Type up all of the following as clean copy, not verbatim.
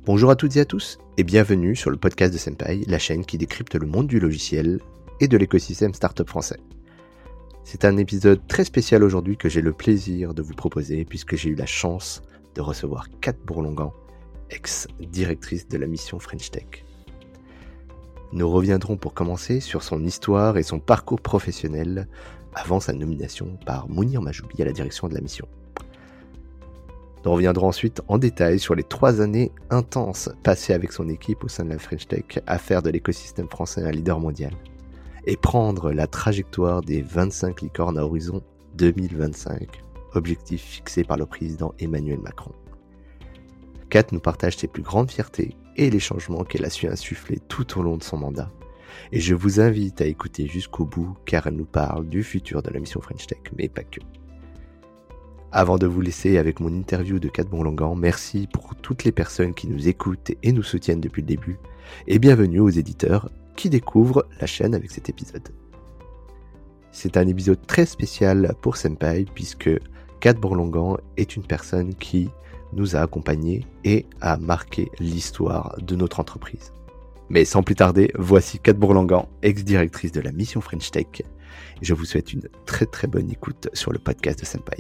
Bonjour à toutes et à tous, et bienvenue sur le podcast de Senpai, la chaîne qui décrypte le monde du logiciel et de l'écosystème startup français. C'est un épisode très spécial aujourd'hui que j'ai le plaisir de vous proposer puisque j'ai eu la chance de recevoir Kat Bourlongan, ex-directrice de la mission French Tech. Nous reviendrons pour commencer sur son histoire et son parcours professionnel avant sa nomination par Mounir Majoubi à la direction de la mission. Nous reviendrons ensuite en détail sur les 3 années intenses passées avec son équipe au sein de la French Tech à faire de l'écosystème français un leader mondial et prendre la trajectoire des 25 licornes à horizon 2025, objectif fixé par le président Emmanuel Macron. Kat nous partage ses plus grandes fiertés et les changements qu'elle a su insuffler tout au long de son mandat. Et je vous invite à écouter jusqu'au bout car elle nous parle du futur de la mission French Tech, mais pas que. Avant de vous laisser avec mon interview de Kat Bourlongan, merci pour toutes les personnes qui nous écoutent et nous soutiennent depuis le début, et bienvenue aux éditeurs qui découvrent la chaîne avec cet épisode. C'est un épisode très spécial pour Senpai puisque Kat Bourlongan est une personne qui nous a accompagnés et a marqué l'histoire de notre entreprise. Mais sans plus tarder, voici Kat Bourlongan, ex-directrice de la mission French Tech. Je vous souhaite une très très bonne écoute sur le podcast de Senpai.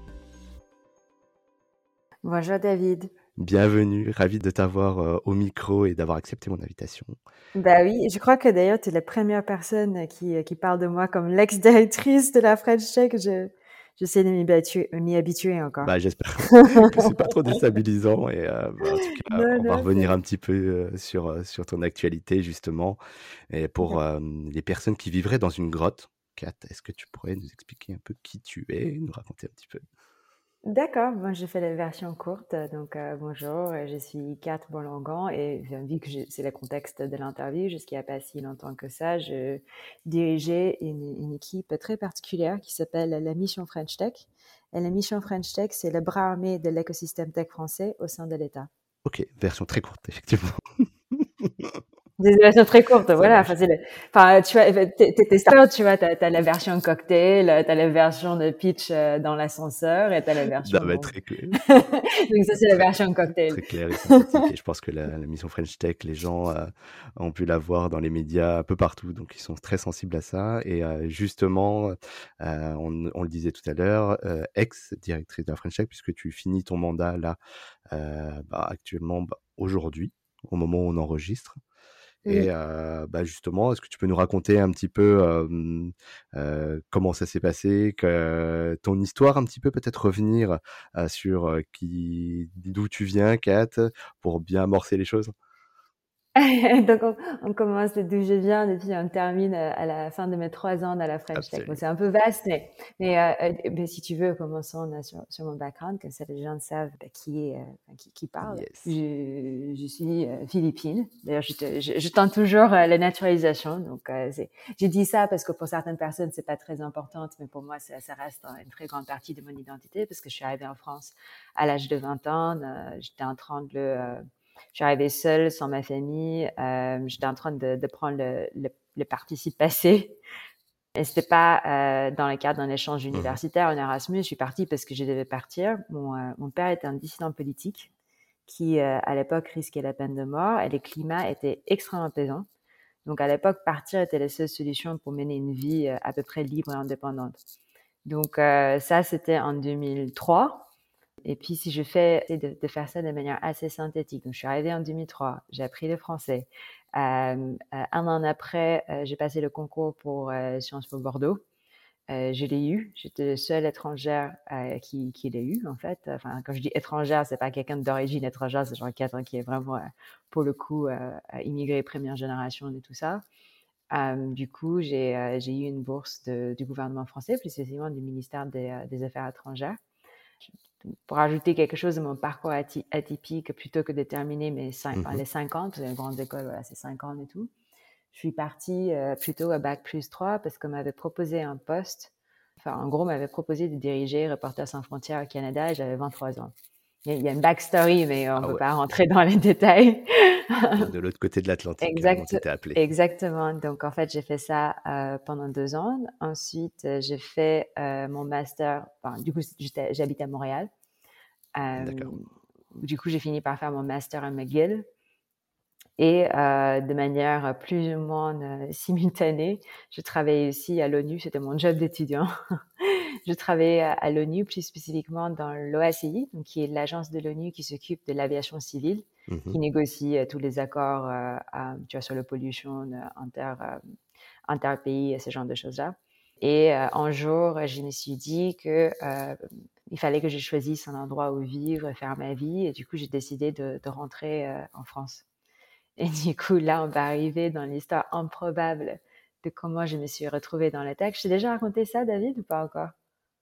Bonjour David. Bienvenue, ravi de t'avoir au micro et d'avoir accepté mon invitation. Bah oui, je crois que d'ailleurs tu es la première personne qui parle de moi comme l'ex-directrice de la French Tech. J'essaie de m'y habituer encore. Bah, j'espère que c'est pas trop déstabilisant et en tout cas, on va revenir un petit peu sur ton actualité justement. Et pour les personnes qui vivraient dans une grotte, Kat, est-ce que tu pourrais nous expliquer un peu qui tu es, nous raconter un petit peu? D'accord, moi j'ai fait la version courte, donc bonjour, je suis Kat Bourlongan et vu que c'est le contexte de l'interview, jusqu'il n'y a pas si longtemps que ça, je dirigeais une équipe très particulière qui s'appelle la mission French Tech. Et la mission French Tech, c'est le bras armé de l'écosystème tech français au sein de l'État. Ok, version très courte, effectivement. Des versions très courtes, Ça voilà, marche. facile. Enfin, tu vois, t'es starter, tu vois, t'as la version cocktail, t'as la version de pitch dans l'ascenseur et t'as la version Non, mais longue. très clair. Donc ça, c'est la version cocktail. Très clair et sympathique. Et je pense que la mission French Tech, les gens ont pu la voir dans les médias un peu partout, donc ils sont très sensibles à ça. Et justement, on le disait tout à l'heure, ex-directrice de la French Tech, puisque tu finis ton mandat là actuellement, aujourd'hui, au moment où on enregistre. Et Oui. justement, est-ce que tu peux nous raconter un petit peu comment ça s'est passé, ton histoire un petit peu, peut-être revenir sur d'où tu viens, Kat, pour bien amorcer les choses? Donc on commence d'où je viens et puis on termine à la fin de mes 3 ans dans la French Tech. Bon, Absolument. c'est un peu vaste, mais si tu veux, commençons sur mon background, comme ça les gens savent qui parle. Yes. Je suis philippine. D'ailleurs, je tente toujours la naturalisation. Donc, j'ai dit ça parce que pour certaines personnes, c'est pas très important, mais pour moi, ça reste une très grande partie de mon identité parce que je suis arrivée en France à l'âge de 20 ans. J'étais en train je suis arrivée seule, sans ma famille. J'étais en train de prendre le participe passé. Et c'était pas dans le cadre d'un échange universitaire, un Erasmus. Je suis partie parce que je devais partir. Mon père était un dissident politique qui, à l'époque, risquait la peine de mort et le climat était extrêmement pesant. Donc, à l'époque, partir était la seule solution pour mener une vie à peu près libre et indépendante. Donc, ça, c'était en 2003. Et puis, si je fais de faire ça de manière assez synthétique, donc je suis arrivée en 2003, j'ai appris le français. Un an après, j'ai passé le concours pour Sciences Po Bordeaux. Je l'ai eu. J'étais la seule étrangère qui l'a eu, en fait. Enfin, quand je dis étrangère, c'est pas quelqu'un d'origine étrangère, c'est genre quelqu'un qui est vraiment, pour le coup, immigré première génération et tout ça. Du coup, j'ai eu une bourse du gouvernement français, plus spécifiquement du ministère des Affaires étrangères. Pour ajouter quelque chose de mon parcours atypique, plutôt que de terminer les 5 ans, parce que les grandes écoles, voilà, c'est 5 ans et tout, je suis partie plutôt à Bac+3 parce qu'on m'avait proposé un poste, en gros, on m'avait proposé de diriger Reporters sans frontières au Canada et j'avais 23 ans. Il y a une backstory, mais on ne peut pas rentrer dans les détails. De l'autre côté de l'Atlantique, carrément, tu étais appelé. Exactement. Donc, en fait, j'ai fait ça pendant 2 ans. Ensuite, j'ai fait mon master. Du coup, j'habite à Montréal. D'accord. du coup, j'ai fini par faire mon master à McGill. Et de manière plus ou moins simultanée, je travaillais aussi à l'ONU, c'était mon job d'étudiant. Je travaillais à l'ONU, plus spécifiquement dans l'OACI, donc qui est l'agence de l'ONU qui s'occupe de l'aviation civile, qui négocie tous les accords tu vois, sur la pollution interpays et ce genre de choses-là. Et un jour, je me suis dit que il fallait que je choisisse un endroit où vivre, faire ma vie, et du coup, j'ai décidé de rentrer en France. Et du coup, là, on va arriver dans l'histoire improbable de comment je me suis retrouvée dans la tech. Je t'ai déjà raconté ça, David, ou pas encore?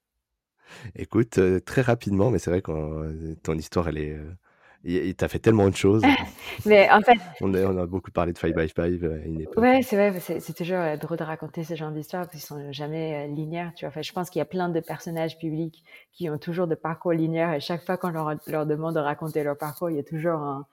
Écoute, très rapidement, mais c'est vrai que ton histoire, elle est, et tu fait tellement de choses. Mais en fait, On a beaucoup parlé de Five by Five, à une époque. ouais, c'est vrai, c'est toujours drôle de raconter ce genre d'histoires parce qu'ils sont jamais linéaires, tu vois. Enfin, je pense qu'il y a plein de personnages publics qui ont toujours de parcours linéaires et chaque fois qu'on leur demande de raconter leur parcours, il y a toujours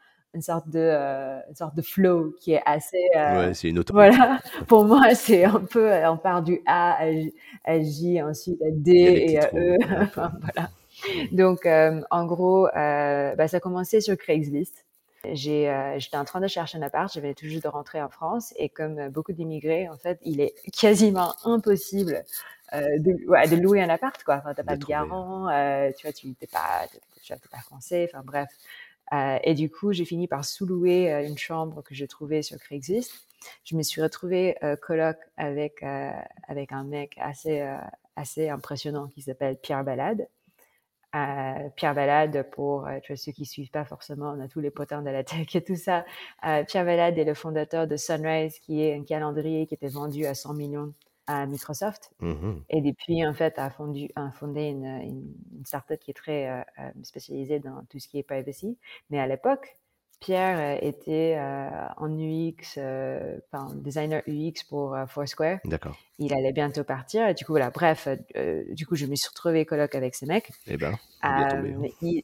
une sorte de flow qui est assez, Ouais, c'est une autoroute. voilà. Pour moi, c'est un peu, on part du A à J, ensuite à D Il y a des et petits à trous, E. ouais, un peu. Enfin, voilà. Donc, en gros, ça a commencé sur Craigslist. J'étais en train de chercher un appart, je venais tout juste de rentrer en France et comme beaucoup d'immigrés, en fait, il est quasiment impossible de louer un appart, quoi. Enfin, t'as De pas de trouver, garant, tu vois, t'es pas français, enfin bref. Et du coup, j'ai fini par sous-louer une chambre que j'ai trouvée sur Craigslist. Je me suis retrouvée coloc avec un mec assez impressionnant qui s'appelle Pierre Balade. Pierre Balade, pour tu vois, ceux qui suivent pas forcément, on a tous les potins de la tech et tout ça. Pierre Balade est le fondateur de Sunrise, qui est un calendrier qui était vendu à 100 millions à Microsoft. Mmh. Et depuis, en fait, a fondé une startup qui est très spécialisée dans tout ce qui est privacy. Mais à l'époque, Pierre était en UX, enfin, designer UX pour Foursquare. D'accord. Il allait bientôt partir. Et du coup, voilà, bref, du coup, je me suis retrouvée coloc avec ce mec. Eh ben, c'est bien tombé, hein. Il,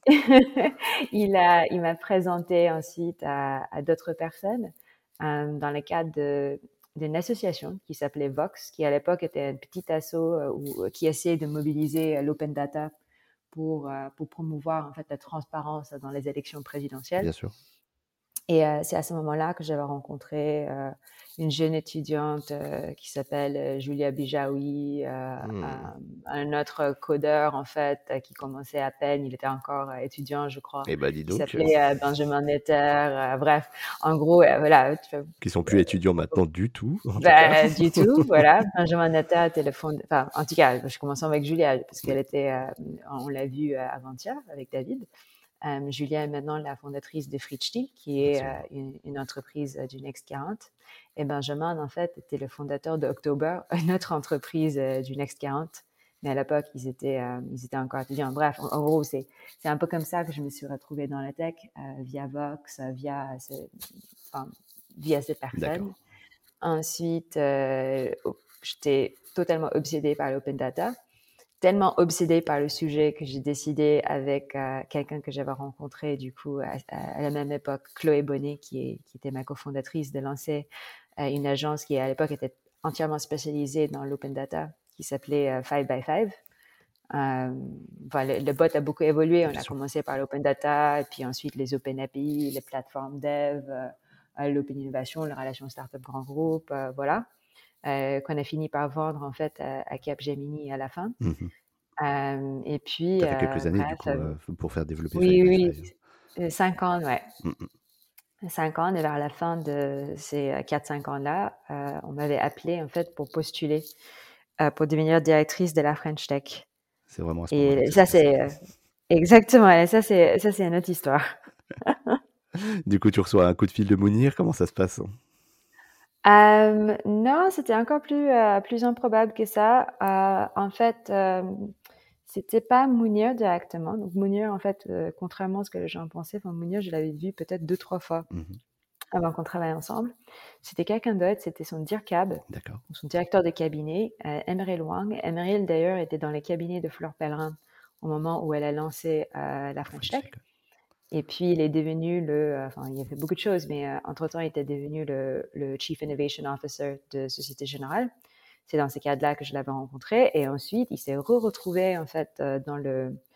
il m'a présenté ensuite à d'autres personnes dans le cadre d'une association qui s'appelait Vox, qui à l'époque était un petit asso qui essayait de mobiliser l'open data pour promouvoir en fait la transparence dans les élections présidentielles. Bien sûr. Et c'est à ce moment-là que j'avais rencontré une jeune étudiante qui s'appelle Julia Bijaoui, Mmh. un autre codeur en fait qui commençait à peine, il était encore étudiant je crois, Eh ben, dis qui donc, s'appelait Benjamin Netter. Bref, en gros, voilà, qui sont plus étudiants maintenant du tout, en tout cas. bah, du tout, voilà. Benjamin Netter était le fond, enfin, en tout cas, je commence avec Julia parce qu'elle Oui, était, on l'a vu avant-hier avec David. Julia est maintenant la fondatrice de Fritchti, qui est absolument. une entreprise du Next 40. Et Benjamin, en fait, était le fondateur d'October, une autre entreprise du Next 40. Mais à l'époque, ils étaient encore étudiants. Bref, en gros, c'est un peu comme ça que je me suis retrouvée dans la tech, via Vox, enfin, via ces D'accord. personnes. Ensuite, j'étais totalement obsédée par l'open data, tellement obsédée par le sujet que j'ai décidé avec quelqu'un que j'avais rencontré du coup à la même époque, Chloé Bonnet, qui était ma cofondatrice, de lancer une agence qui à l'époque était entièrement spécialisée dans l'open data, qui s'appelait Five by Five. Voilà, le bot a beaucoup évolué. On Bien a sûr. commencé par l'open data, et puis ensuite les open API, les plateformes dev, l'open innovation, les relations startup grand groupe, voilà, qu'on a fini par vendre en fait à Capgemini à la fin. Mmh. Et puis, Ça fait quelques années du bref, coup, pour faire développer Five oui, by oui, Five. 5 ans, ouais. Mmh mh. 5 ans, et vers la fin de ces 4-5 ans-là, on m'avait appelé en fait pour postuler pour devenir directrice de la French Tech. C'est vraiment à ce moment-là que Et ça s'est ça, passé. c'est exactement, et ça, c'est une autre histoire. Du coup, tu reçois un coup de fil de Mounir, comment ça se passe? Non, c'était encore plus improbable que ça. En fait, c'était pas Mounir directement. Donc Mounir, en fait, contrairement à ce que les gens pensaient, enfin Mounir, je l'avais vu peut-être 2-3 fois Mmh. avant qu'on travaille ensemble. C'était quelqu'un d'autre, c'était son DIRCAB, D'accord. son directeur de cabinet, Emeril Wang. Emeril, d'ailleurs, était dans les cabinets de Fleur Pellerin au moment où elle a lancé la La French French Tech. Tech, ouais. Et puis, il est devenu enfin, il a fait beaucoup de choses, mais entre-temps, il était devenu le Chief Innovation Officer de Société Générale. C'est dans ces cadres-là que je l'avais rencontré. Et ensuite, il s'est retrouvé en fait,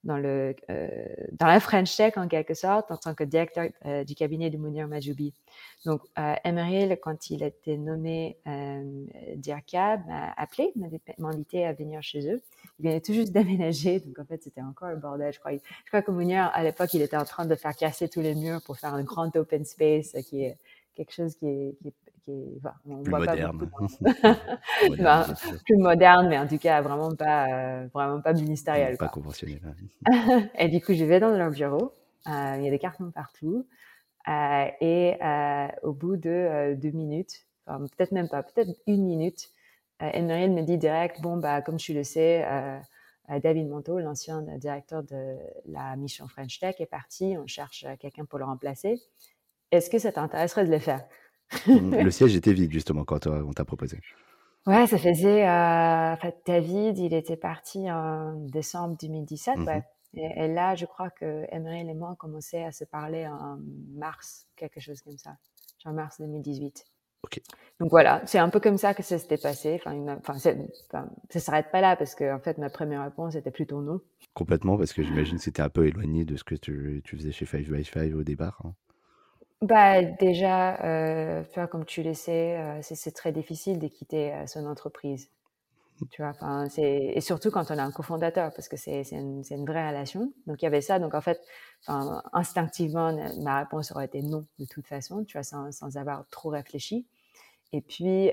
dans la French Tech en quelque sorte, en tant que directeur du cabinet de Mounir Majoubi. Donc, Emeril, quand il a été nommé DIRCA, m'a appelé, m'a invité à venir chez eux. Il venait tout juste d'aménager, donc en fait, c'était encore le bordel. Je crois que Mounir, à l'époque, il était en train de faire casser tous les murs pour faire un grand open space, qui est quelque chose enfin, on Plus voit pas beaucoup moderne. ben, Modernisé plutôt. plus moderne, mais en tout cas vraiment pas ministériel, Pas quoi. conventionnel. Et du coup, je vais dans leur bureau. Il y a des cartons partout. Et au bout de 2 minutes, enfin, peut-être même pas, peut-être 1 minute, Emeril me dit direct, bon, bah, comme tu le sais, David Monteau, l'ancien directeur de la mission French Tech, est parti. On cherche quelqu'un pour le remplacer. Est-ce que ça t'intéresserait de le faire? Le siège était vide, justement, quand on t'a proposé. Ouais, ça faisait, en fait, David, il était parti en décembre 2017, ouais. Et là, je crois que Emeril et moi, on commençait à se parler en mars, quelque chose comme ça, genre mars 2018. Ok. Donc voilà, c'est un peu comme ça que ça s'était passé. Ça s'arrête pas là parce que en fait, ma première réponse était plutôt non. Complètement, parce que j'imagine que c'était un peu éloigné de ce que tu faisais chez 5 by 5 au départ. Bah déjà, tu vois, comme tu le sais, c'est très difficile de quitter son entreprise. Tu vois, enfin, et surtout quand on a un cofondateur, parce que c'est une vraie relation. Donc il y avait ça. Donc en fait, enfin, instinctivement, ma réponse aurait été non de toute façon, tu vois, sans avoir trop réfléchi. Et puis,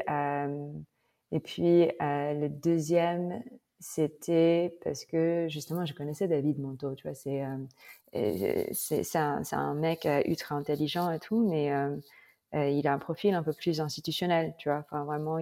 le deuxième, c'était parce que justement, je connaissais David Monteau, tu vois, c'est un mec ultra intelligent et tout, mais il a un profil un peu plus institutionnel, tu vois. Enfin, vraiment,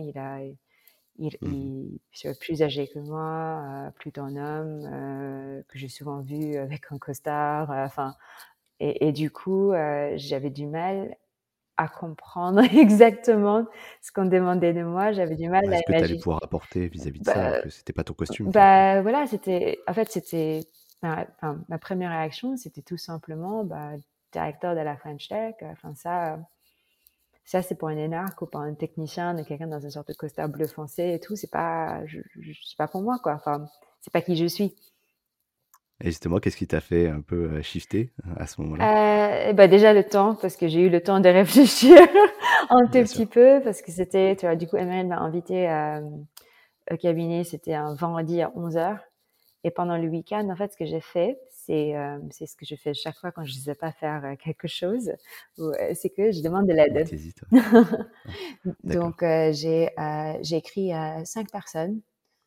il plus âgé que moi, plutôt un homme que j'ai souvent vu avec un costard. Enfin, et du coup, j'avais du mal à comprendre exactement ce qu'on demandait de moi. J'avais du mal à Est-ce que tu allais imaginer. pouvoir apporter vis-à-vis de ça, alors Bah, que c'était pas ton costume, quelque part? voilà, c'était ma première réaction, c'était tout simplement, directeur de la French Tech. Enfin, ça c'est pour un énarque ou pour un technicien, de quelqu'un dans une sorte de costard bleu foncé et tout. C'est pas pour moi, quoi. Enfin, c'est pas qui je suis. Et justement, qu'est-ce qui t'a fait un peu shifter à ce moment-là? Déjà le temps, parce que j'ai eu le temps de réfléchir un tout Bien petit sûr. peu, parce que c'était, tu vois, du coup, Emmanuel m'a invité au cabinet, c'était un vendredi à 11h. Et pendant le week-end, en fait, ce que j'ai fait, c'est ce que je fais chaque fois quand je ne sais pas faire quelque chose, c'est que je demande de Ouais, l'aide. t'hésites. Ouais, d'accord. Donc, j'ai écrit à 5 personnes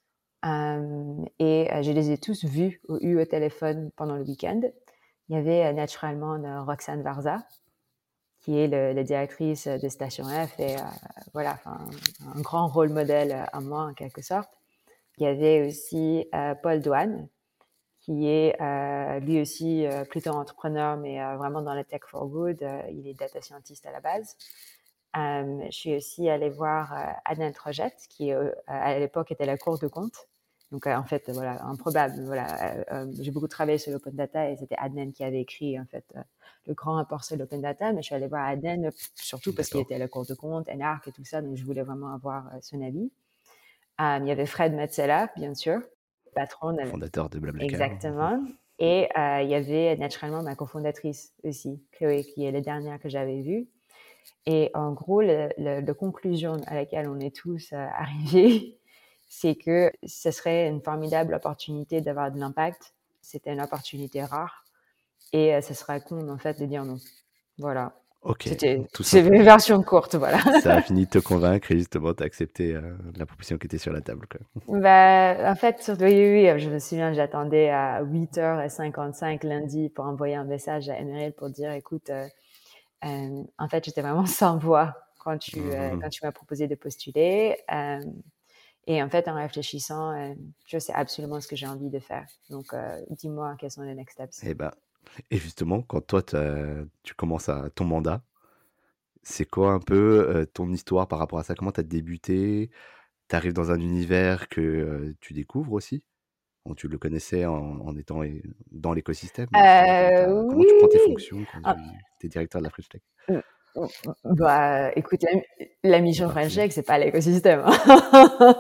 et je les ai tous eu au téléphone pendant le week-end. Il y avait naturellement Roxane Varza, qui est la directrice de Station F et voilà, un grand rôle modèle à moi en quelque sorte. Il y avait aussi Paul Douane, qui est lui aussi plutôt entrepreneur, mais vraiment dans la tech for good. Il est data scientist à la base. Je suis aussi allée voir Adnan Trojette, qui à l'époque était la Cour de compte. Donc en fait, voilà, improbable. Voilà, j'ai beaucoup travaillé sur l'open data et c'était Adnan qui avait écrit en fait le grand rapport sur l'open data. Mais je suis allée voir Adnan surtout parce qu'il D'accord. était à la Cour de compte, NARC et tout ça, donc je voulais vraiment avoir son avis. Il y avait Fred Mazzella, bien sûr, patron de... Fondateur de Blablacar. Exactement. Et il y avait naturellement ma cofondatrice aussi, Chloé, qui est la dernière que j'avais vue. Et en gros, la conclusion à laquelle on est tous arrivés, c'est que ce serait une formidable opportunité d'avoir de l'impact. C'était une opportunité rare. Et ce serait con, en fait, de dire non. Voilà. Ok, tout C'est une simplement. version courte, voilà. Ça a fini de te convaincre et justement, t'as accepté la proposition qui était sur la table, quoi. En fait, oui, je me souviens, j'attendais à 8h55 lundi pour envoyer un message à Emeril pour dire, écoute, en fait, j'étais vraiment sans voix quand tu m'as proposé de postuler. Et en fait, en réfléchissant, je sais absolument ce que j'ai envie de faire. Donc, dis-moi quels sont les next steps. Et ben, et justement, quand toi, tu commences ton mandat, c'est quoi un peu ton histoire par rapport à ça? Comment tu as débuté? Tu arrives dans un univers que tu découvres aussi? Bon, tu le connaissais en étant dans l'écosystème, mais justement, comment Oui, tu prends tes oui, fonctions quand oui. tu es directeur de la French Tech? Mm, Écoute, la mission Ou French partenaire? Tech, c'est pas l'écosystème, hein.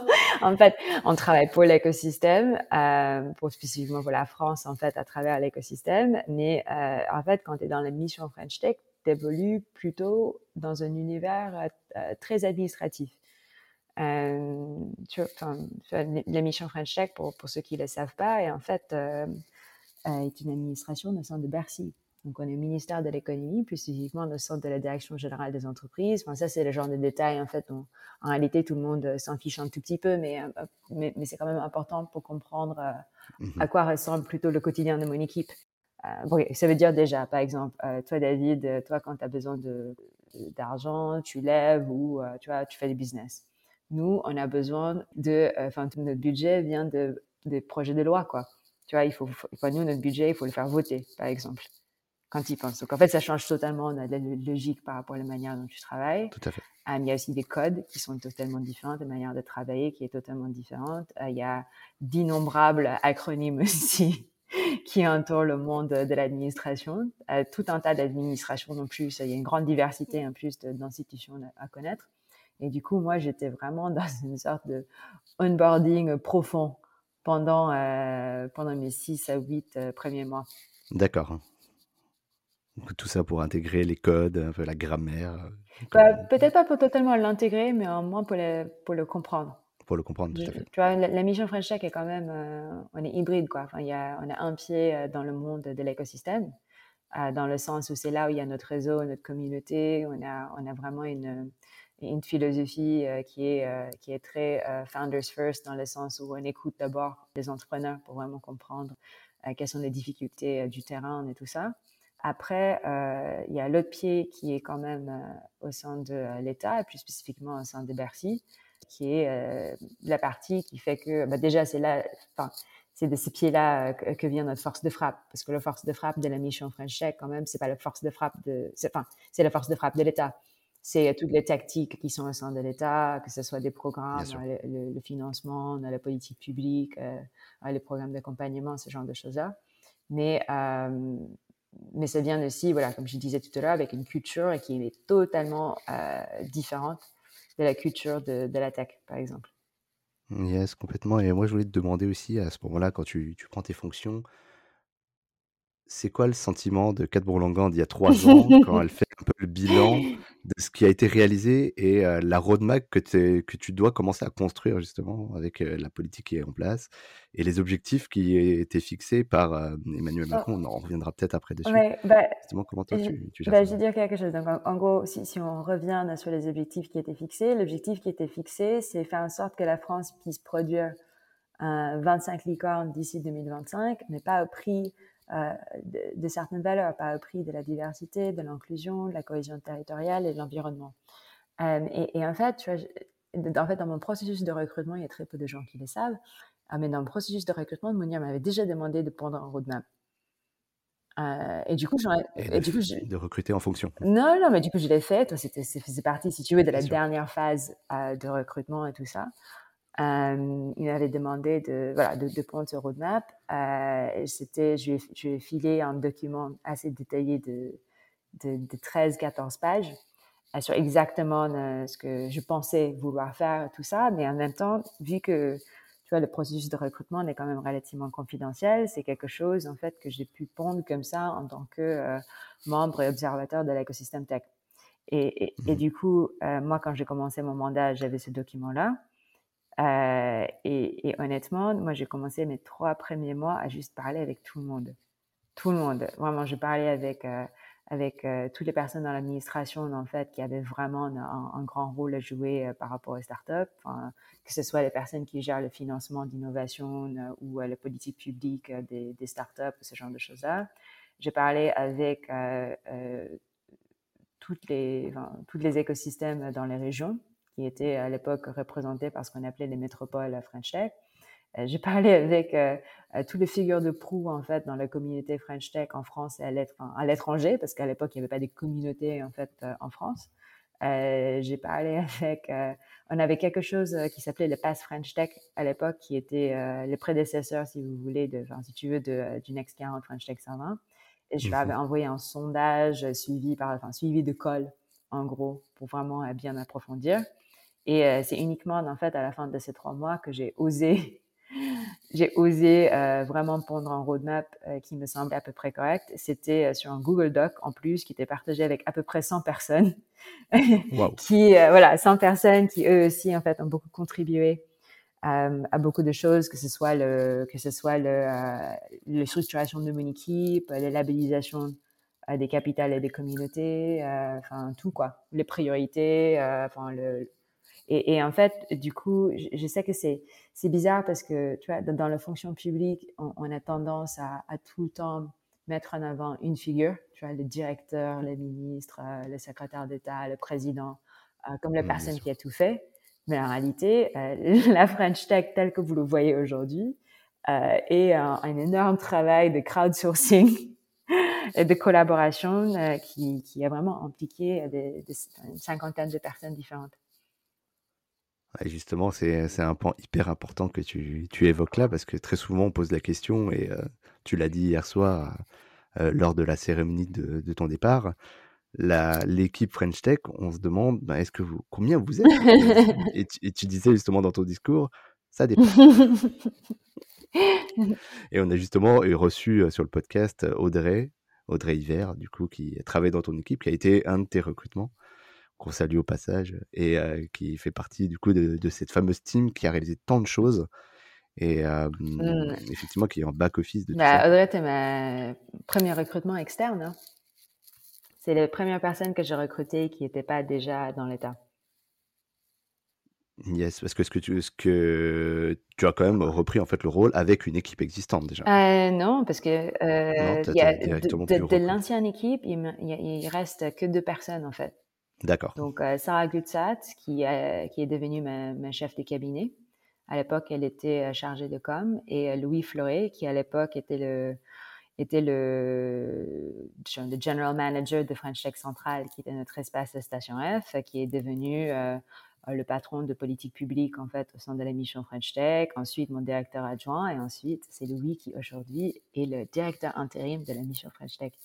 En fait, on travaille pour l'écosystème, pour spécifiquement pour la France, en fait, à travers l'écosystème. Mais en fait, quand tu es dans la mission French Tech, tu évolues plutôt dans un univers très administratif. La mission French Tech, pour ceux qui ne le savent pas, est en fait est une administration au sein de Bercy. Donc, on est au ministère de l'économie, plus spécifiquement au centre de la direction générale des entreprises. Enfin, ça, c'est le genre de détails, en fait, dont, en réalité, tout le monde s'en fiche un tout petit peu, mais c'est quand même important pour comprendre à quoi ressemble plutôt le quotidien de mon équipe. Bon, ça veut dire déjà, par exemple, toi, David, toi, quand tu as besoin d'argent, tu lèves ou tu fais du business. Nous, on a besoin notre budget vient de projets de loi, quoi. Tu vois, nous, notre budget, il faut le faire voter, par exemple, quand ils pensent. Donc, en fait, ça change totalement la logique par rapport à la manière dont tu travailles. Tout à fait. Il y a aussi des codes qui sont totalement différents, des manières de travailler qui est totalement différente. Il y a d'innombrables acronymes aussi qui entourent le monde de l'administration. Tout un tas d'administrations non plus. Il y a une grande diversité en plus d'institutions à connaître. Et du coup, moi, j'étais vraiment dans une sorte de onboarding profond pendant mes 6 à 8 premiers mois. D'accord. Donc, tout ça pour intégrer les codes, un peu la grammaire. Peut-être pas pour totalement l'intégrer, mais au moins pour le comprendre. Pour le comprendre, tout à fait. Tu vois, la mission French Tech est quand même, on est hybride, quoi. Enfin, on a un pied dans le monde de l'écosystème, dans le sens où c'est là où il y a notre réseau, notre communauté. On a vraiment une philosophie qui est très founders first, dans le sens où on écoute d'abord les entrepreneurs pour vraiment comprendre quelles sont les difficultés du terrain et tout ça. Après, il y a l'autre pied qui est quand même au sein de l'État, et plus spécifiquement au sein de Bercy, qui est la partie qui fait que déjà c'est là, enfin c'est de ces pieds-là que vient notre force de frappe, parce que la force de frappe de la mission French Tech, quand même, c'est pas la force de frappe c'est la force de frappe de l'État. C'est toutes les tactiques qui sont au sein de l'État, que ce soit des programmes, le financement, la politique publique, les programmes d'accompagnement, ce genre de choses-là. Mais ça vient aussi, voilà, comme je disais tout à l'heure, avec une culture qui est totalement différente de la culture de la tech, par exemple. Yes, complètement. Et moi, je voulais te demander aussi, à ce moment-là, quand tu prends tes fonctions, c'est quoi le sentiment de Kat Bourlangan d'il y a 3 ans, quand elle fait un peu le bilan de ce qui a été réalisé et la roadmap que tu dois commencer à construire justement avec la politique qui est en place et les objectifs qui étaient fixés par Emmanuel Macron. On en reviendra peut-être après dessus. Ouais, Justement, comment toi tu gères ça? je vais dire quelque chose. Donc, en gros, si on revient sur les objectifs qui étaient fixés, l'objectif qui était fixé, c'est faire en sorte que la France puisse produire 25 licornes d'ici 2025, mais pas au prix de certaines valeurs, pas au prix de la diversité, de l'inclusion, de la cohésion territoriale et de l'environnement. Et en fait, tu vois, dans mon processus de recrutement, il y a très peu de gens qui le savent, mais dans le processus de recrutement, Mounir m'avait déjà demandé de prendre un roadmap. Et du coup, de recruter en fonction. non, mais du coup, je l'ai fait. Toi, ça faisait partie, si tu veux, de la Bien sûr. dernière phase de recrutement et tout ça. Il m'avait demandé de prendre ce roadmap. Je lui ai filé un document assez détaillé de 13-14 pages sur exactement ce que je pensais vouloir faire, tout ça. Mais en même temps, vu que tu vois, le processus de recrutement est quand même relativement confidentiel, c'est quelque chose en fait que j'ai pu pondre comme ça en tant que membre et observateur de l'écosystème tech. Et du coup, moi, quand j'ai commencé mon mandat, j'avais ce document-là. Et honnêtement, moi, j'ai commencé mes 3 premiers mois à juste parler avec tout le monde. Tout le monde. Vraiment, je parlais avec toutes les personnes dans l'administration, en fait, qui avaient vraiment un grand rôle à jouer par rapport aux startups, que ce soit les personnes qui gèrent le financement d'innovation ou la politique publique des startups, ce genre de choses-là. J'ai parlé avec tous les écosystèmes dans les régions, qui étaient à l'époque représentés par ce qu'on appelait les métropoles French Tech. J'ai parlé avec toutes les figures de proue en fait dans la communauté French Tech en France et à l'étranger, parce qu'à l'époque il n'y avait pas des communautés en fait en France. J'ai parlé avec, on avait quelque chose qui s'appelait le Pass French Tech à l'époque, qui était le prédécesseur, si vous voulez, si tu veux, du Next 40 French Tech 120. Et je lui avais envoyé un sondage suivi de call, en gros, pour vraiment bien approfondir. Et c'est uniquement, en fait, à la fin de ces 3 mois que j'ai osé vraiment pondre un roadmap qui me semblait à peu près correct. C'était sur un Google Doc en plus, qui était partagé avec à peu près 100 personnes, Waouh. voilà, 100 personnes qui eux aussi en fait ont beaucoup contribué à beaucoup de choses, que ce soit la structuration de mon équipe, la labellisation des capitales et des communautés, enfin tout quoi, les priorités, enfin et en fait, du coup, je sais que c'est bizarre parce que, tu vois, dans la fonction publique, on a tendance à tout le temps mettre en avant une figure, tu vois, le directeur, le ministre, le secrétaire d'État, le président, comme la Bien personne qui sûr. a tout fait. Mais en réalité, la French Tech, telle que vous le voyez aujourd'hui, est un énorme travail de crowdsourcing et de collaboration qui a vraiment impliqué une cinquantaine de personnes différentes. Ouais, justement, c'est un point hyper important que tu évoques là, parce que très souvent on pose la question, et tu l'as dit hier soir lors de la cérémonie de ton départ, l'équipe French Tech, on se demande ben, combien vous êtes? Et tu disais justement dans ton discours, ça dépend. Et on a justement reçu sur le podcast Audrey Hiver, du coup, qui travaille dans ton équipe, qui a été un de tes recrutements, qu'on salue au passage, et qui fait partie du coup de cette fameuse team qui a réalisé tant de choses, et Mm. effectivement qui est en back-office de tout Bah, ça. Audrey, t'es ma premier recrutement externe. Hein. C'est la première personne que j'ai recrutée qui n'était pas déjà dans l'État. Yes, parce que ce que tu as quand même repris en fait le rôle avec une équipe existante déjà. Non, parce que Non, tu il y as a directement pu de recruter. l'ancienne équipe, il reste que 2 personnes en fait. D'accord. Donc Sarah Gutsat, qui est devenue ma chef de cabinet. À l'époque, elle était chargée de com, et Louis Fleuret, qui à l'époque était le general manager de French Tech Central, qui était notre espace de Station F, qui est devenu le patron de politique publique en fait au sein de la mission French Tech. Ensuite, mon directeur adjoint, et ensuite c'est Louis qui aujourd'hui est le directeur intérim de la mission French Tech.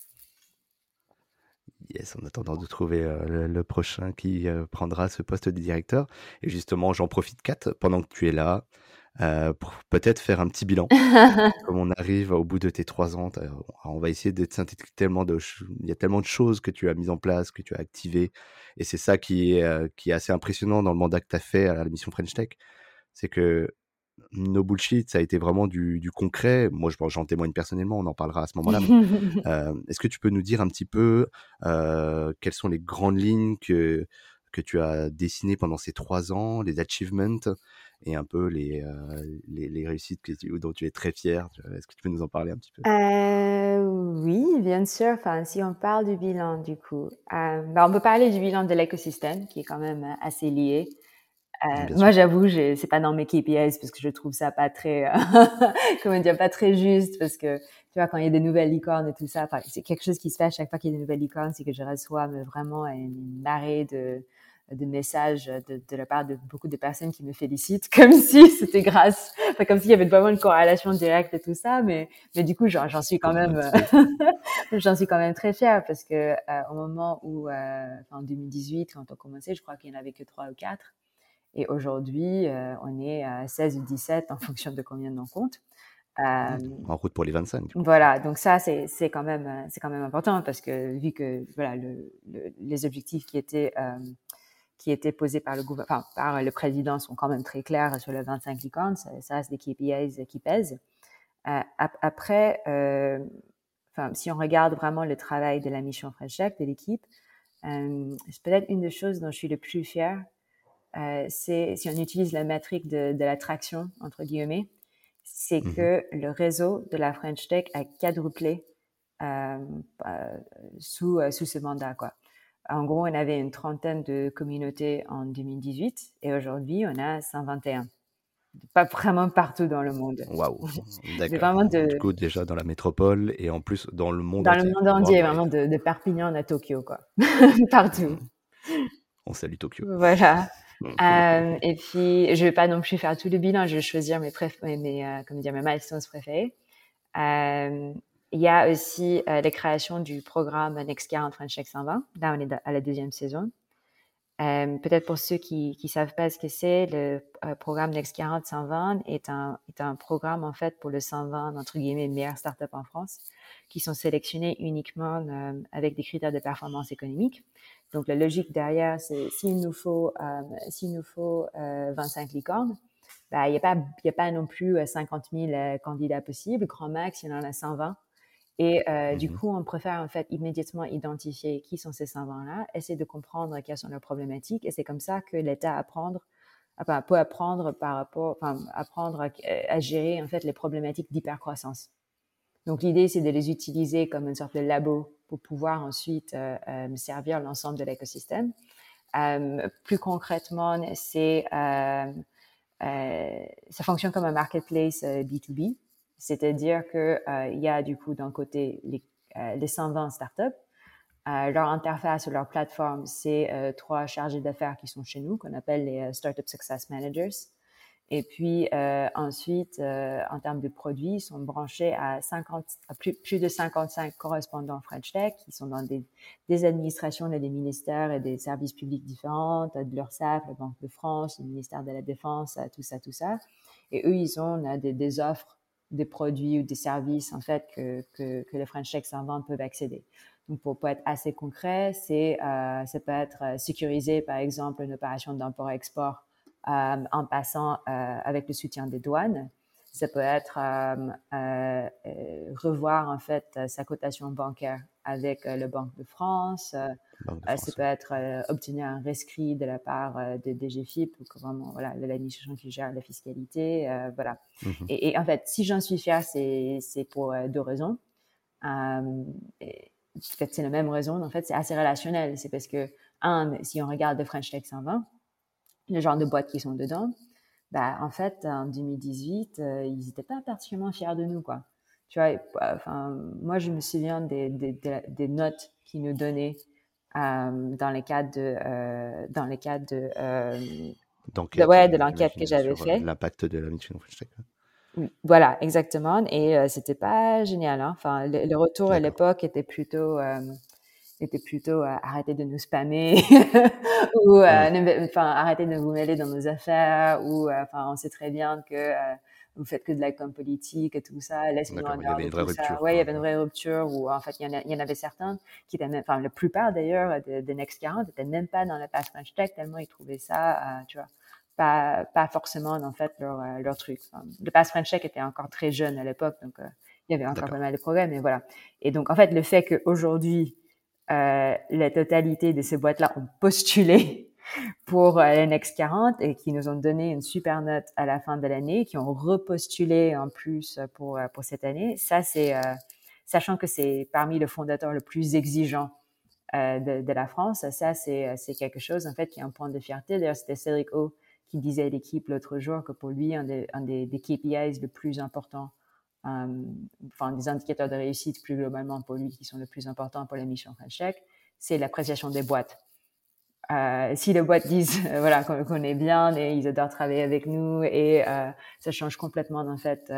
Yes, en attendant de trouver le prochain qui prendra ce poste de directeur. Et justement, j'en profite, Kat, pendant que tu es là, pour peut-être faire un petit bilan. Comme on arrive au bout de tes 3 ans, on va essayer d'être synthétique, il y a tellement de choses que tu as mises en place, que tu as activées. Et c'est ça qui est assez impressionnant dans le mandat que tu as fait à la mission French Tech. C'est que no bullshit, ça a été vraiment du concret. Moi, j'en témoigne personnellement, on en parlera à ce moment-là. Mais est-ce que tu peux nous dire un petit peu quelles sont les grandes lignes que tu as dessinées pendant ces 3 ans, les achievements et un peu les réussites dont tu es très fier? Est-ce que tu peux nous en parler un petit peu? Oui, bien sûr. Enfin, si on parle du bilan, du coup, on peut parler du bilan de l'écosystème, qui est quand même assez lié. Bien Moi, sûr. j'avoue, c'est pas dans mes KPIs parce que je trouve ça pas très, comment dire, pas très juste, parce que tu vois, quand il y a des nouvelles licornes et tout ça, enfin, c'est quelque chose qui se fait à chaque fois qu'il y a des nouvelles licornes, c'est que je reçois vraiment une marée de messages de la part de beaucoup de personnes qui me félicitent, comme si c'était enfin, comme s'il y avait vraiment une corrélation directe et tout ça, mais du coup, j'en suis quand Comment un même, petit peu? j'en suis quand même très fière parce que au moment où, en 2018, quand on commençait, je crois qu'il n'y en avait que 3 ou 4. Et aujourd'hui, on est à 16 ou 17 en fonction de combien on compte. En route pour les 25, du coup. Voilà, donc ça, c'est quand même important parce que vu que voilà, les objectifs qui étaient posés par enfin, par le président sont quand même très clairs sur le 25 licornes, ça reste des KPIs qui pèsent. Après, enfin, si on regarde vraiment le travail de la mission French Tech, de l'équipe, c'est peut-être une des choses dont je suis le plus fière. C'est si on utilise la métrique de l'attraction, entre guillemets, c'est Mmh. que le réseau de la French Tech a quadruplé euh, sous ce mandat, quoi. En gros, on avait une trentaine de communautés en 2018 et aujourd'hui, on a 121. Pas vraiment partout dans le monde. Waouh! Mais D'accord. vraiment Du coup, déjà dans la métropole et en plus dans le monde dans le entier. monde Waouh, entier, ouais. vraiment de Perpignan à Tokyo, quoi. Partout. Mmh. On salue Tokyo. Voilà. Et puis, je vais pas non plus faire tout le bilan, je vais choisir comment dire, mes milestones préférés. Euh, il y a aussi la création du programme Next 40 French Tech 120. Là, on est à la 2e saison. Peut-être pour ceux qui savent pas ce que c'est, le programme Next 40 120 est un programme en fait pour le 120 entre guillemets meilleures startups en France qui sont sélectionnées uniquement avec des critères de performance économique. Donc la logique derrière, c'est s'il nous faut 25 licornes, bah, il y a pas non plus 50 000 candidats possibles. Grand max, il y en a 120. Et du coup, on préfère en fait immédiatement identifier qui sont ces savants-là, essayer de comprendre quelles sont leurs problématiques, et c'est comme ça que l'État peut apprendre apprendre à gérer en fait les problématiques d'hypercroissance. Donc l'idée, c'est de les utiliser comme une sorte de labo pour pouvoir ensuite servir l'ensemble de l'écosystème. Plus concrètement, ça fonctionne comme un marketplace B2B. C'est-à-dire que il y a du coup d'un côté les 120 startups. Leur interface ou leur plateforme, c'est 3 chargés d'affaires qui sont chez nous, qu'on appelle les Startup Success Managers. Et puis ensuite, en termes de produits, ils sont branchés à plus de 55 correspondants French Tech qui sont dans des administrations, des ministères et des services publics différents, de l'URSSAF, la Banque de France, le ministère de la Défense, tout ça. Et eux, ils ont des offres, des produits ou des services en fait que les French Tech servantes peuvent accéder. Donc, pour être assez concret, ça peut être sécuriser, par exemple, une opération d'import-export en passant avec le soutien des douanes. Ça peut être revoir en fait sa cotation bancaire avec le Banque de France. Banque de Ça France. peut être obtenir un rescrit de la part de DGFiP, ou vraiment voilà, de l'administration qui gère la fiscalité. Voilà. Et en fait, si j'en suis fière, c'est pour 2 raisons. Peut-être c'est la même raison. En fait, c'est assez relationnel. C'est parce que, si on regarde le French Tech 120, le genre de boîtes qui sont dedans, bah, en fait, en 2018, ils n'étaient pas particulièrement fiers de nous, quoi. Tu vois, enfin, moi, je me souviens des notes qu'ils nous donnaient dans les cadres D'enquête, de l'enquête que j'imagine, j'avais sur fait. l'impact de la mission French Tech. Oui, voilà, exactement. Et c'était pas génial, hein. Enfin, le retour à D'accord. l'époque était plutôt arrêtez de nous spammer ou enfin arrêtez de vous mêler dans nos affaires ou enfin on sait très bien que vous faites que de la com politique et tout ça, laissez-nous en D'accord, il y dehors avait de une vraie tout ça. rupture, Ouais, il y quoi. avait une vraie rupture où en fait il y en avait certains qui étaient même, enfin la plupart d'ailleurs de Next 40 étaient même pas dans la page French Tech tellement ils trouvaient ça, tu vois, pas forcément en fait leur truc. Enfin, le pass French Tech était encore très jeune à l'époque, donc il y avait encore pas D'accord. mal de problèmes, mais voilà. Et donc en fait le fait qu'aujourd'hui la totalité de ces boîtes-là ont postulé pour les Next 40 et qui nous ont donné une super note à la fin de l'année, qui ont repostulé en plus pour cette année. Ça, c'est sachant que c'est parmi les fondateurs le plus exigeant de la France. Ça, c'est quelque chose en fait qui est un point de fierté. D'ailleurs, c'était Cédric O qui disait à l'équipe l'autre jour que pour lui, un des KPIs le plus important, enfin des indicateurs de réussite plus globalement pour lui qui sont le plus importants pour la mission French Tech, c'est l'appréciation des boîtes. Si les boîtes disent voilà qu'on est bien et ils adorent travailler avec nous et ça change complètement en fait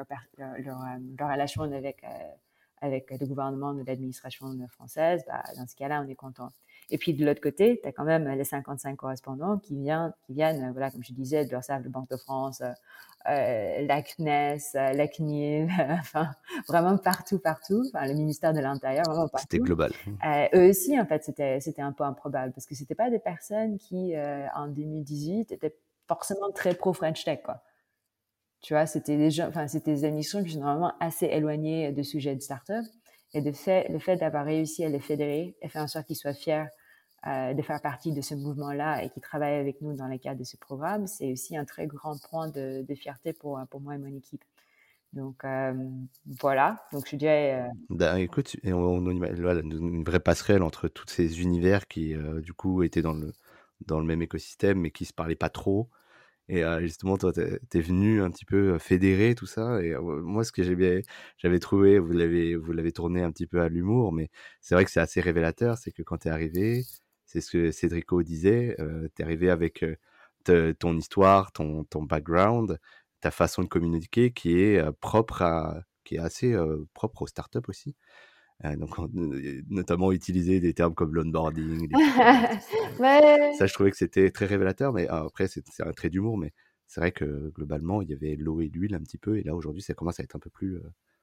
leur relation avec le gouvernement ou l'administration française, bah, dans ce cas-là, on est content. Et puis de l'autre côté, tu as quand même les 55 correspondants qui viennent, voilà, comme je disais, de l'URSSAF, de Banque de France, la CNES, la CNIL, enfin vraiment partout, enfin le ministère de l'Intérieur, vraiment C'était partout. global. Eux aussi, en fait, c'était un peu improbable parce que c'était pas des personnes qui, en 2018, étaient forcément très pro French Tech, quoi. Tu vois, c'était des gens, enfin, c'était des administrations qui sont normalement assez éloignées de sujets de start-up. Et le fait d'avoir réussi à les fédérer et faire en sorte qu'ils soient fiers de faire partie de ce mouvement-là et qui travaillent avec nous dans le cadre de ce programme, c'est aussi un très grand point de fierté pour moi et mon équipe. Donc, voilà. Donc, je dirais, Bah, écoute, et voilà, une vraie passerelle entre tous ces univers qui, du coup, étaient dans le même écosystème, mais qui se parlaient pas trop. Et justement, toi, t'es venu un petit peu fédérer tout ça. Et moi, ce que j'avais trouvé, vous l'avez tourné un petit peu à l'humour, mais c'est vrai que c'est assez révélateur. C'est que quand t'es arrivé, c'est ce que Cédrico disait, t'es arrivé avec ton histoire, ton background, ta façon de communiquer qui est qui est assez propre aux startups aussi. Donc notamment utiliser des termes comme l'onboarding, des choses comme ça. Ça, Ouais. je trouvais que c'était très révélateur, mais après, c'est un trait d'humour, mais c'est vrai que globalement, il y avait l'eau et l'huile un petit peu, et là, aujourd'hui, ça commence à être un peu plus...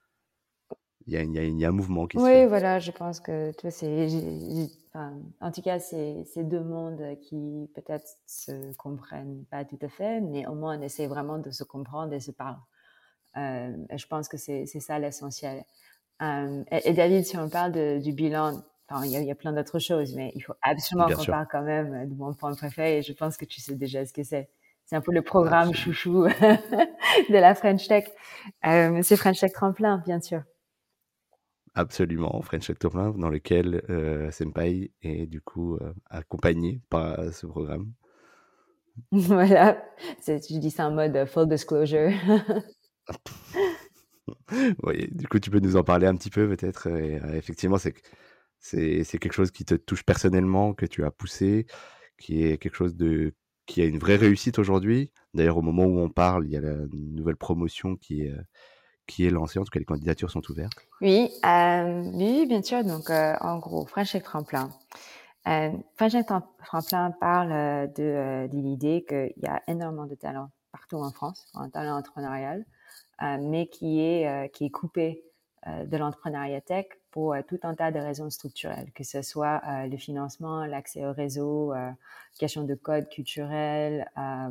il y a un mouvement qui se Oui, fait. voilà, je pense que tu vois, enfin, en tout cas, c'est deux mondes qui peut-être se comprennent pas tout à fait, mais au moins on essaie vraiment de se comprendre et se parler. Et je pense que c'est ça l'essentiel. Et David, si on parle du bilan, enfin, il y a plein d'autres choses, mais il faut absolument Bien qu'on sûr, parle quand même de mon point préféré, et je pense que tu sais déjà ce que c'est. C'est un peu le programme absolument. chouchou de la French Tech. C'est French Tech Tremplin, bien sûr. Absolument, French October, dans lequel Senpai est du coup accompagné par ce programme. Voilà, je dis ça en mode full disclosure. Oui, du coup, tu peux nous en parler un petit peu peut-être. Effectivement, c'est quelque chose qui te touche personnellement, que tu as poussé, qui est quelque chose qui a une vraie réussite aujourd'hui. D'ailleurs, au moment où on parle, il y a la nouvelle promotion qui est lancée. En tout cas, les candidatures sont ouvertes. Oui, oui, bien sûr. Donc, en gros, French Tech Tremplin. French Tech Tremplin parle de l'idée qu'il y a énormément de talents partout en France, un talent entrepreneurial, mais qui est coupé de l'entrepreneuriat tech pour tout un tas de raisons structurelles, que ce soit le financement, l'accès au réseau, question de code culturel,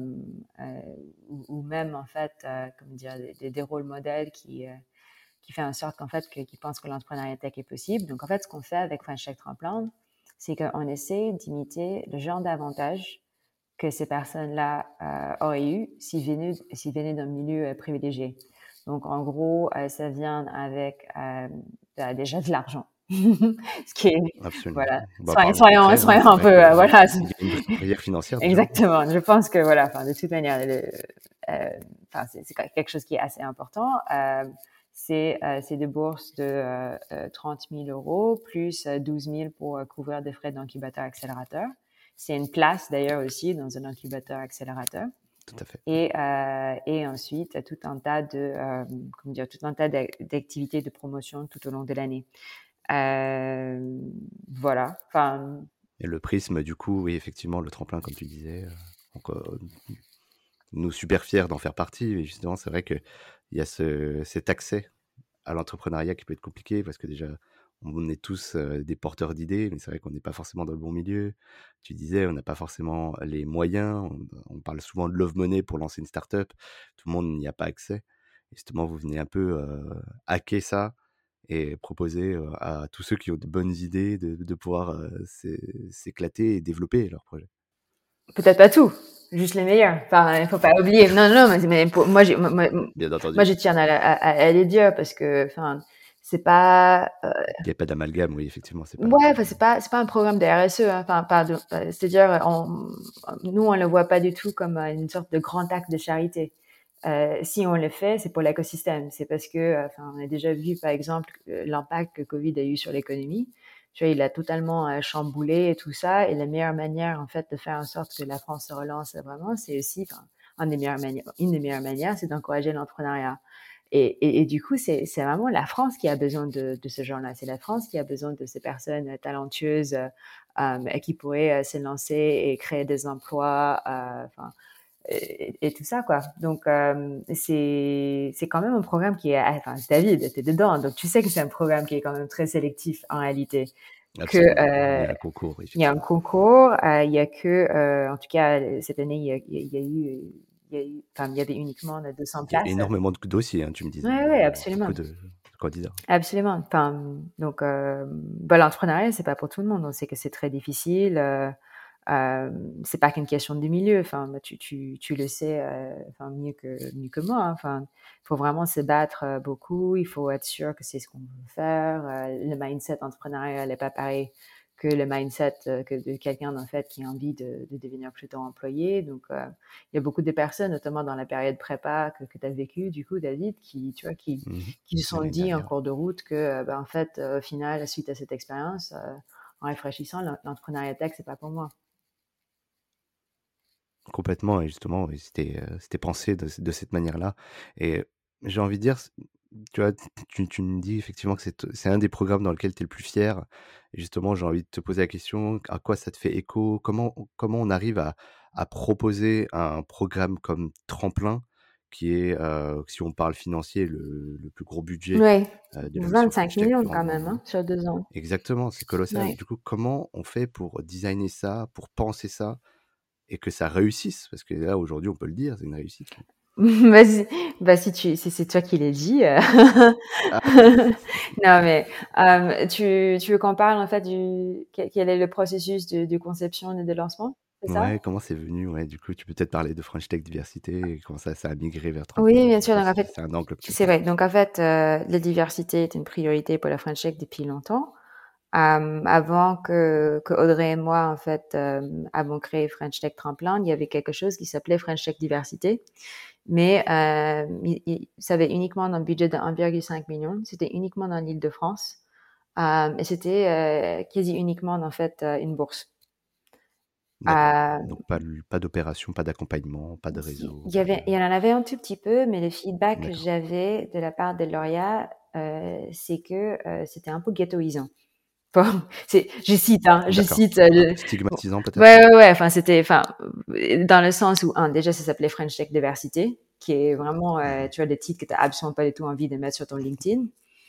ou même en fait, comment dire, des rôles modèles qui fait en sorte qu'en fait, qui pensent que l'entrepreneuriat tech est possible. Donc en fait, ce qu'on fait avec French Tech Tremplin, c'est qu'on essaie d'imiter le genre d'avantages que ces personnes-là auraient eu s'ils venaient d'un milieu privilégié. Donc, en gros, ça vient avec déjà de l'argent. Ce qui est, Absolument. voilà, Bah, parlons soyons, concret, hein. soyons C'est un vrai peu, qu'il voilà, y a une vraie barrière financière déjà. exactement. Je pense que, voilà, enfin, de toute manière, enfin, c'est quelque chose qui est assez important. C'est des bourses de 30 000 euros plus 12 000 pour couvrir des frais d'incubateur accélérateur. C'est une place d'ailleurs aussi dans un incubateur accélérateur. Tout à fait. Et ensuite, tout un tas comment dire, tout un tas d'activités de promotion tout au long de l'année. Voilà. Enfin, Et le prisme, du coup, oui, effectivement, le tremplin, comme tu disais. Donc, nous super fiers d'en faire partie. Et justement, c'est vrai qu'il y a cet accès à l'entrepreneuriat qui peut être compliqué parce que déjà, on est tous des porteurs d'idées, mais c'est vrai qu'on n'est pas forcément dans le bon milieu. Tu disais, on n'a pas forcément les moyens. On parle souvent de love money pour lancer une startup. Tout le monde n'y a pas accès. Et justement, vous venez un peu hacker ça et proposer à tous ceux qui ont de bonnes idées de pouvoir s'éclater et développer leur projet. peut-être pas tout, juste les meilleurs. Enfin, il faut pas oublier. Non, non, mais moi, Bien moi, entendu, je tiens à les dire parce que, enfin, c'est pas, il n'y a pas d'amalgame, oui, effectivement, c'est pas... ouais, enfin, c'est pas un programme de RSE, hein. Enfin, pardon. C'est-à-dire, nous, on le voit pas du tout comme une sorte de grand acte de charité. Si on le fait, c'est pour l'écosystème. C'est parce que, enfin, on a déjà vu, par exemple, l'impact que Covid a eu sur l'économie. Tu vois, il a totalement chamboulé et tout ça. Et la meilleure manière, en fait, de faire en sorte que la France se relance vraiment, c'est aussi, enfin, une des meilleures manières, c'est d'encourager l'entrepreneuriat. Et du coup, c'est vraiment la France qui a besoin de ce genre-là. C'est la France qui a besoin de ces personnes talentueuses qui pourraient se lancer et créer des emplois. Enfin, et tout ça, quoi. Donc, c'est quand même un programme qui est, enfin, David, t'es dedans, donc tu sais que c'est un programme qui est quand même très sélectif en réalité. Que Absolument, il y a un concours, il y a un effectivement. concours, il y a que, en tout cas, cette année, enfin, il y avait uniquement 200 Il y a places. énormément de dossiers, hein, tu me disais, Ouais, ouais, beaucoup absolument. de candidats. Absolument. Enfin, donc, bah, l'entrepreneuriat, c'est pas pour tout le monde. On sait que c'est très difficile. C'est pas qu'une question de milieu. Enfin, bah, tu le sais, enfin, mieux que moi, hein. Enfin, il faut vraiment se battre beaucoup. Il faut être sûr que c'est ce qu'on veut faire. Le mindset entrepreneurial n'est pas pareil que le mindset que de quelqu'un en fait qui a envie de devenir plutôt employé. Donc, il y a beaucoup de personnes, notamment dans la période prépa que tu as vécu, du coup, David, qui, tu vois, qui se sont L'année dit en dernière. cours de route que, ben, en fait, au final, suite à cette expérience, en réfléchissant, l'entrepreneuriat tech, c'est pas pour moi. Complètement, et justement, oui, c'était pensé de cette manière-là. Et j'ai envie de dire, tu vois, tu me dis effectivement que c'est un des programmes dans lequel tu es le plus fier. Et justement, j'ai envie de te poser la question, à quoi ça te fait écho? Comment on arrive à proposer un programme comme Tremplin qui est, si on parle financier, le plus gros budget, Ouais, de la mission French 25 Tech millions dans quand le même, monde? hein, sur 2 ans. Exactement, c'est colossal. Ouais. Du coup, comment on fait pour designer ça, pour penser ça et que ça réussisse? Parce que là, aujourd'hui, on peut le dire, c'est une réussite. Vas-y, bah, si c'est toi qui l'as dit, Ah, non, mais tu veux qu'on parle en fait quel est le processus de conception et de lancement, c'est ça? ouais, comment c'est venu? Ouais, du coup, tu peux peut-être parler de French Tech Diversité et comment ça a migré vers Tremplin. Oui, Je bien sais sûr. pas Donc en si fait, c'est un angle que tu c'est prends. vrai. Donc en fait, la diversité est une priorité pour la French Tech depuis longtemps. Avant que Audrey et moi en fait avons créé French Tech Tremplin, il y avait quelque chose qui s'appelait French Tech Diversité, mais ça avait uniquement un budget de 1,5 million. C'était uniquement dans l'Île-de-France. Et c'était quasi uniquement en fait une bourse. D'accord. Euh, Donc pas d'opération, pas d'accompagnement, pas de réseau, pas de. il y en avait un tout petit peu, mais le feedback que D'accord. j'avais de la part de Lauria, c'est que c'était un peu ghettoisant. Bon, je cite, hein, je D'accord. cite. Un peu stigmatisant peut-être? Ouais, ouais, ouais. Enfin, c'était, enfin, dans le sens où, déjà, ça s'appelait French Tech Diversité, qui est vraiment, Mmh. tu vois, le titre que tu n'as absolument pas du tout envie de mettre sur ton LinkedIn.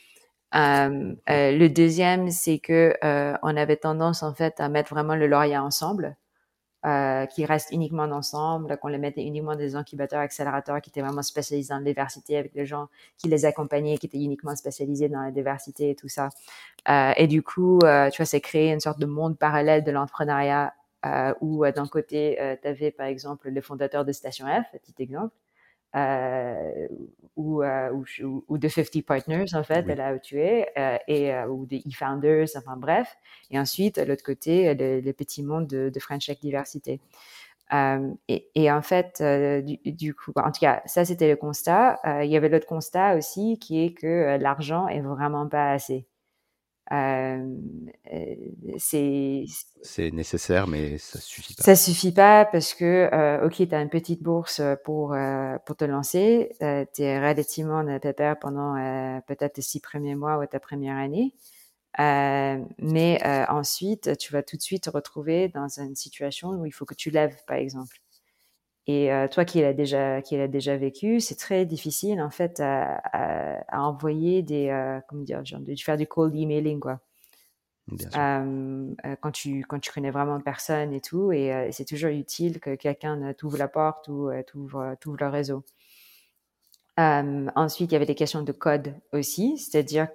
Le deuxième, c'est que on avait tendance en fait à mettre vraiment le lauréat ensemble, qui restent uniquement ensemble, qu'on les mettait uniquement dans des incubateurs, accélérateurs qui étaient vraiment spécialisés dans la diversité avec des gens qui les accompagnaient, qui étaient uniquement spécialisés dans la diversité et tout ça. Et du coup, tu vois, c'est créé une sorte de monde parallèle de l'entrepreneuriat où d'un côté, tu avais par exemple le fondateur de Station F, petit exemple, euh, ou de 50 Partners, en fait, Oui, là où tu es, ou des e-founders, enfin bref. Et ensuite, de l'autre côté, le petit monde de French Tech Diversité. Et en fait, du coup, en tout cas, ça, c'était le constat. Il y avait l'autre constat aussi qui est que l'argent est vraiment pas assez. Euh, euh, c'est c'est nécessaire, mais ça suffit pas. Ça suffit pas parce que, OK, tu as une petite bourse pour te lancer. Tu es relativement pépère pendant peut-être tes 6 premiers mois ou ta première année. Mais ensuite, tu vas tout de suite te retrouver dans une situation où il faut que tu lèves, par exemple. Et toi qui l'as déjà vécu, c'est très difficile en fait à envoyer comment dire, genre de faire du cold emailing, quoi. Bien sûr. Quand tu connais vraiment personne et tout, et c'est toujours utile que quelqu'un t'ouvre la porte ou t'ouvre le réseau. Ensuite, il y avait des questions de code aussi, c'est-à-dire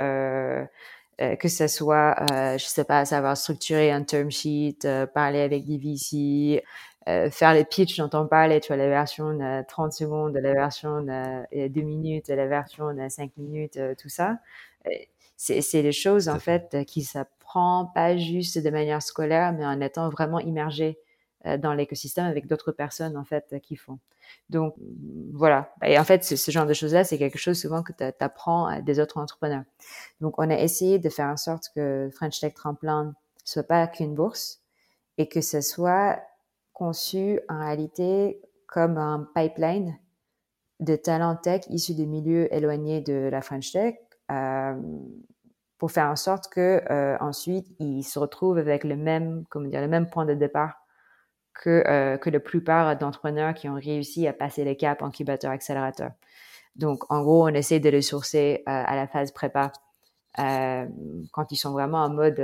que ça soit, je sais pas, savoir structurer un term sheet, parler avec des VC, faire les pitchs dont on parlait, tu vois, la version 30 secondes, la version 2 minutes, la version 5 minutes, tout ça. Euh, c'est des choses, Tout en à fait. fait, qui s'apprend pas juste de manière scolaire, mais en étant vraiment immergé dans l'écosystème avec d'autres personnes, en fait, qui font. Donc, voilà. Et en fait, ce genre de choses-là, c'est quelque chose souvent que tu apprends des autres entrepreneurs. Donc, on a essayé de faire en sorte que French Tech Tremplin soit pas qu'une bourse et que ce soit conçu en réalité comme un pipeline de talents tech issus de milieux éloignés de la French Tech euh, pour faire en sorte que ensuite ils se retrouvent avec comment dire, le même point de départ que la plupart d'entrepreneurs qui ont réussi à passer les caps incubateur accélérateur. Donc, en gros, on essaie de les sourcer à la phase prépa euh, quand ils sont vraiment en mode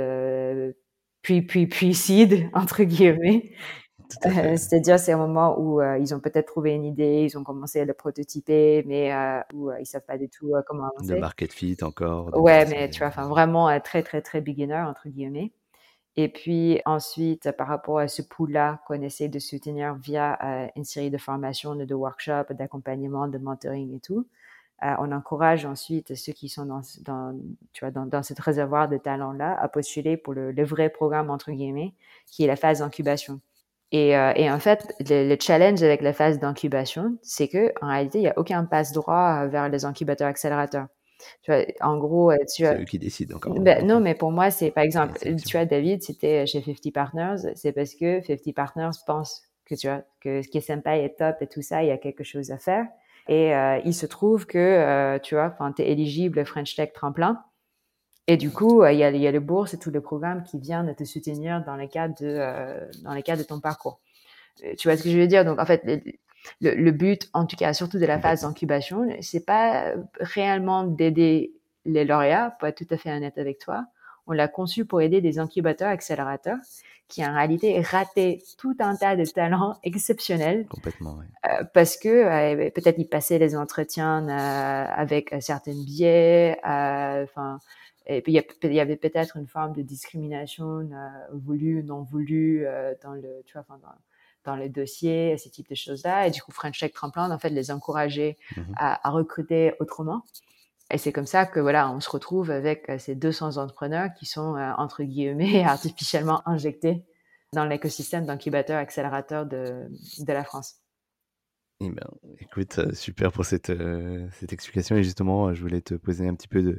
pre-seed, entre guillemets. Tout à fait. C'est-à-dire, c'est un moment où ils ont peut-être trouvé une idée, ils ont commencé à le prototyper, mais où ils savent pas du tout comment De avancer. market fit encore, de Ouais, business mais tu vois, model. enfin, vraiment très, très, très beginner, entre guillemets. Et puis ensuite, par rapport à ce pool-là qu'on essaie de soutenir via une série de formations, de workshops, d'accompagnement, de mentoring et tout, on encourage ensuite ceux qui sont tu vois, dans cette réservoir de talents-là à postuler pour le vrai programme, entre guillemets, qui est la phase d'incubation. Et en fait, le challenge avec la phase d'incubation, c'est que en réalité, il n'y a aucun passe droit vers les incubateurs accélérateurs. Tu vois, en gros, C'est eux qui décident encore, hein. ben, non, mais pour moi, c'est par C'est une exemple, sélection. tu vois, David, c'était chez 50 Partners, c'est parce que 50 Partners pense que tu vois, que ce qui est sympa est top et tout ça, il y a quelque chose à faire. Et il se trouve que, tu vois, tu es éligible French Tech Tremplin. Et du coup, il y a les bourses et tous les programmes qui viennent te soutenir dans le cadre de ton parcours. Tu vois ce que je veux dire? Donc, en fait, le but, en tout cas, surtout de la phase d'incubation, c'est pas réellement d'aider les lauréats, pour être tout à fait honnête avec toi. On l'a conçu pour aider des incubateurs, accélérateurs, qui en réalité rataient tout un tas de talents exceptionnels. Complètement, oui. Parce que peut-être ils passaient les entretiens avec certains biais, et puis il y avait peut-être une forme de discrimination voulue ou non voulue dans le, tu vois, dans les dossiers, ces types de choses-là. Et du coup, French Tech Tremplin, en fait, les encourager à recruter autrement. Et c'est comme ça que voilà, on se retrouve avec ces 200 entrepreneurs qui sont entre guillemets artificiellement injectés dans l'écosystème d'incubateurs accélérateurs de la France. Eh ben, écoute, super pour cette explication. Et justement, je voulais te poser un petit peu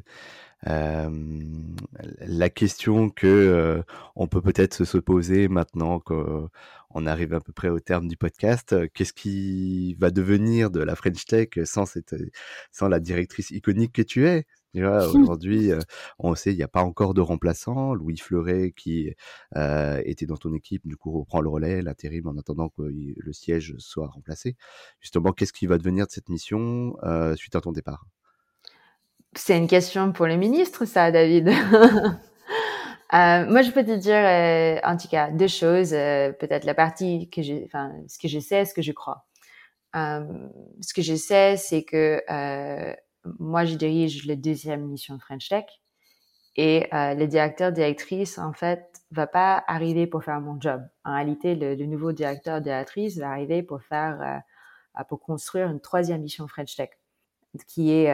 la question que on peut peut-être se poser maintenant qu'on arrive à peu près au terme du podcast. Qu'est-ce qui va devenir de la French Tech sans la directrice iconique que tu es? Tu vois, aujourd'hui, on sait, il n'y a pas encore de remplaçant. Louis Fleuret, qui était dans ton équipe, du coup, reprend le relais, l'intérim, en attendant que le siège soit remplacé. Justement, qu'est-ce qui va devenir de cette mission suite à ton départ? C'est une question pour le ministre, ça, David. Moi, je peux te dire, en tout cas, deux choses. Peut-être la partie ce que je sais, ce que je crois. Ce que je sais, c'est que moi, je dirige la deuxième mission de French Tech et le directeur, directrice, en fait, va pas arriver pour faire mon job. En réalité, le nouveau directeur, directrice va arriver pour construire une troisième mission French Tech, qui est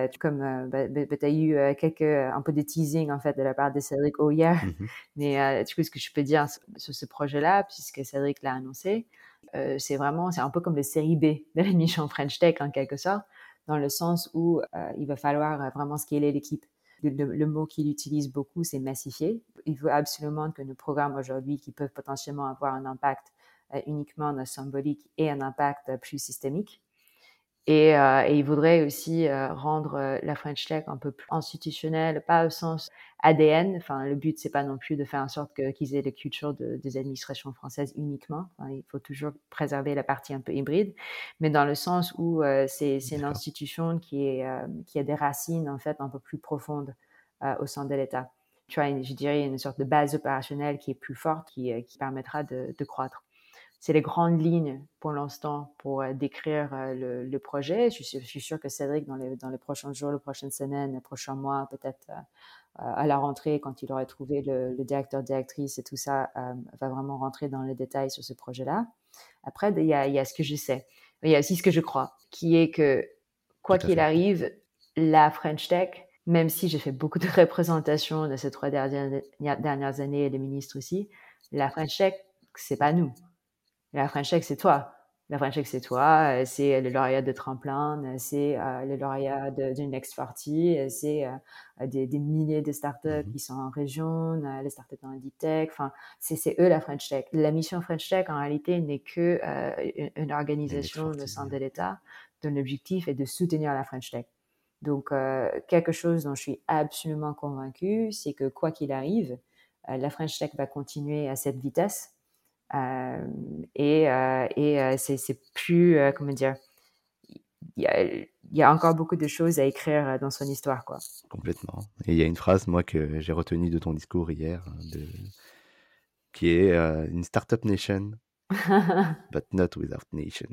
tu as eu un peu de teasing en fait de la part de Cédric hier, mais du coup ce que je peux dire sur ce projet-là, puisque Cédric l'a annoncé, c'est un peu comme les séries B de la mission French Tech en quelque sorte, dans le sens où il va falloir vraiment scaler l'équipe. Le mot qu'il utilise beaucoup, c'est massifier. Il veut absolument que nos programmes aujourd'hui, qui peuvent potentiellement avoir un impact uniquement symbolique et un impact plus systémique. Et il voudrait aussi rendre la French Tech un peu plus institutionnelle, pas au sens ADN. Enfin, le but, c'est pas non plus de faire en sorte qu'ils aient la culture des administrations françaises uniquement. Enfin, il faut toujours préserver la partie un peu hybride, mais dans le sens où c'est une institution qui a des racines en fait un peu plus profondes au sein de l'État. Tu vois, je dirais une sorte de base opérationnelle qui est plus forte, qui permettra de croître. C'est les grandes lignes pour l'instant pour décrire le projet. Je suis sûre que Cédric, dans les prochains jours, les prochaines semaines, les prochains mois, peut-être à la rentrée, quand il aurait trouvé le directeur, directrice et tout ça, va vraiment rentrer dans les détails sur ce projet-là. Après, il y a ce que je sais. Mais il y a aussi ce que je crois, qui est que, quoi qu'il arrive, la French Tech, même si j'ai fait beaucoup de représentations de ces 3 dernières années et les ministres aussi, la French Tech, c'est pas nous. La French Tech, c'est toi. La French Tech, c'est toi. C'est le lauréat de Tremplin, c'est le lauréat du Next 40, c'est des milliers de startups qui sont en région, les startups dans la deep tech. Enfin, c'est eux la French Tech. La mission French Tech, en réalité, n'est que une organisation au sein de l'État dont l'objectif est de soutenir la French Tech. Donc, quelque chose dont je suis absolument convaincue, c'est que quoi qu'il arrive, la French Tech va continuer à cette vitesse. C'est plus, comment dire, il y a encore beaucoup de choses à écrire dans son histoire, quoi. Complètement. Et il y a une phrase, moi, que j'ai retenue de ton discours hier, qui est une startup nation, but not without nation.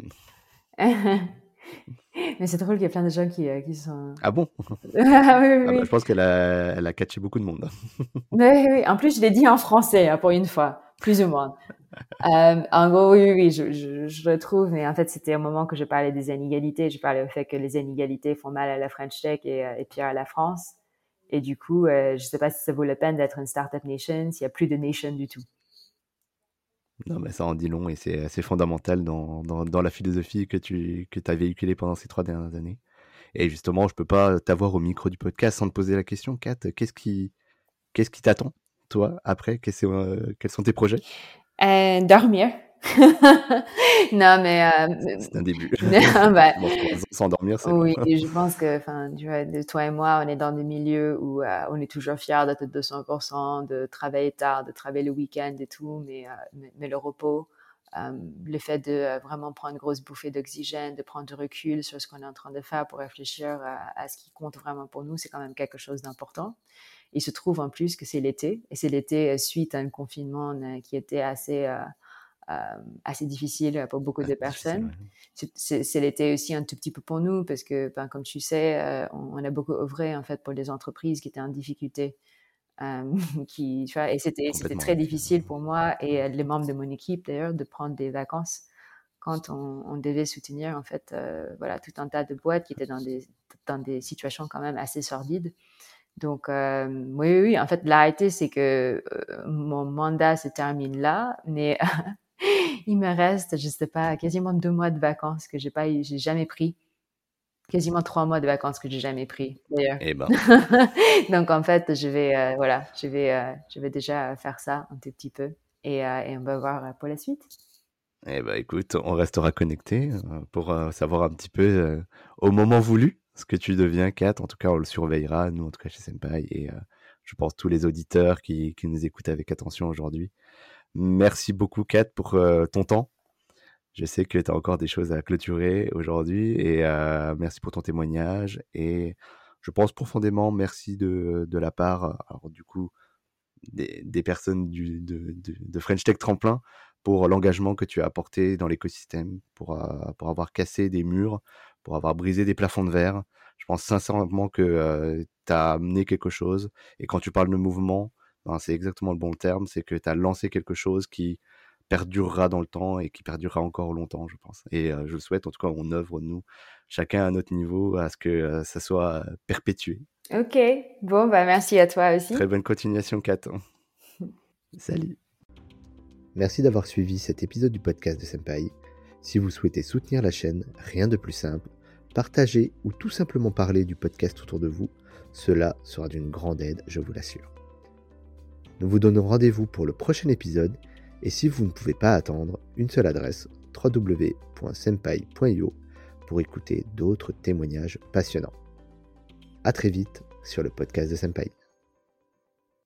Mais c'est drôle qu'il y a plein de gens qui sont... Ah bon? Oui. Bah, je pense qu'elle a catché beaucoup de monde. Oui. En plus, je l'ai dit en français, pour une fois, plus ou moins. En gros, oui, je le trouve, mais en fait, c'était au moment que je parlais des inégalités. Je parlais au fait que les inégalités font mal à la French Tech et pire à la France. Et du coup, je sais pas si ça vaut la peine d'être une startup nation s'il y a plus de nation du tout. Non, mais ça en dit long et c'est assez fondamental dans la philosophie que tu as véhiculée pendant ces 3 dernières années. Et justement, je peux pas t'avoir au micro du podcast sans te poser la question, Kat, qu'est-ce qui t'attend, toi, après? Quels sont tes projets? Dormir. Non, mais C'est un début. bah, Bon, 3 ans sans dormir, c'est oui, long. je pense que, enfin, tu vois, toi et moi, on est dans des milieux où on est toujours fiers d'être à 200%, de travailler tard, de travailler le week-end et tout, mais le repos, le fait de vraiment prendre une grosse bouffée d'oxygène, de prendre du recul sur ce qu'on est en train de faire pour réfléchir à ce qui compte vraiment pour nous, c'est quand même quelque chose d'important. Il se trouve en plus que c'est l'été, et c'est l'été suite à un confinement qui était assez difficile pour beaucoup de Difficile, personnes. ouais. C'est l'été aussi un tout petit peu pour nous parce que, ben, comme tu sais, on a beaucoup œuvré en fait pour les entreprises qui étaient en difficulté, qui, tu vois, et c'était Complètement, très et puis, difficile pour moi et les membres de mon équipe d'ailleurs de prendre des vacances quand on devait soutenir en fait, voilà, tout un tas de boîtes qui étaient dans des situations quand même assez sordides. Donc, oui, oui, oui, en fait, la réalité, c'est que mon mandat se termine là, mais il me reste, je sais pas, quasiment 2 mois de vacances que j'ai jamais pris. Quasiment 3 mois de vacances que j'ai jamais pris, d'ailleurs. eh ben, Donc en fait, voilà, je vais déjà faire ça un tout petit peu et on va voir pour la suite. écoute, on restera connectés pour savoir un petit peu au moment voulu ce que tu deviens, Kat. En tout cas, on le surveillera, nous, en tout cas, chez Senpai, et je pense tous les auditeurs qui nous écoutent avec attention aujourd'hui. Merci beaucoup, Kat, pour ton temps. Je sais que tu as encore des choses à clôturer aujourd'hui et merci pour ton témoignage. Et je pense profondément merci de la part, alors du coup, des personnes de French Tech Tremplin pour l'engagement que tu as apporté dans l'écosystème, pour avoir cassé des murs, pour avoir brisé des plafonds de verre. Je pense sincèrement que tu as amené quelque chose. Et quand tu parles de mouvement, ben, c'est exactement le bon terme, c'est que tu as lancé quelque chose qui perdurera dans le temps et qui perdurera encore longtemps, je pense. Et je le souhaite, en tout cas, on œuvre, nous, chacun à notre niveau, à ce que ça soit perpétué. Ok, bon, bah merci à toi Très aussi. bonne continuation, Kat. Salut. Merci d'avoir suivi cet épisode du podcast de Senpai. Si vous souhaitez soutenir la chaîne, rien de plus simple, partagez ou tout simplement parler du podcast autour de vous. Cela sera d'une grande aide, je vous l'assure. Nous vous donnons rendez-vous pour le prochain épisode et si vous ne pouvez pas attendre, une seule adresse www.senpai.io pour écouter d'autres témoignages passionnants. À très vite sur le podcast de Senpai.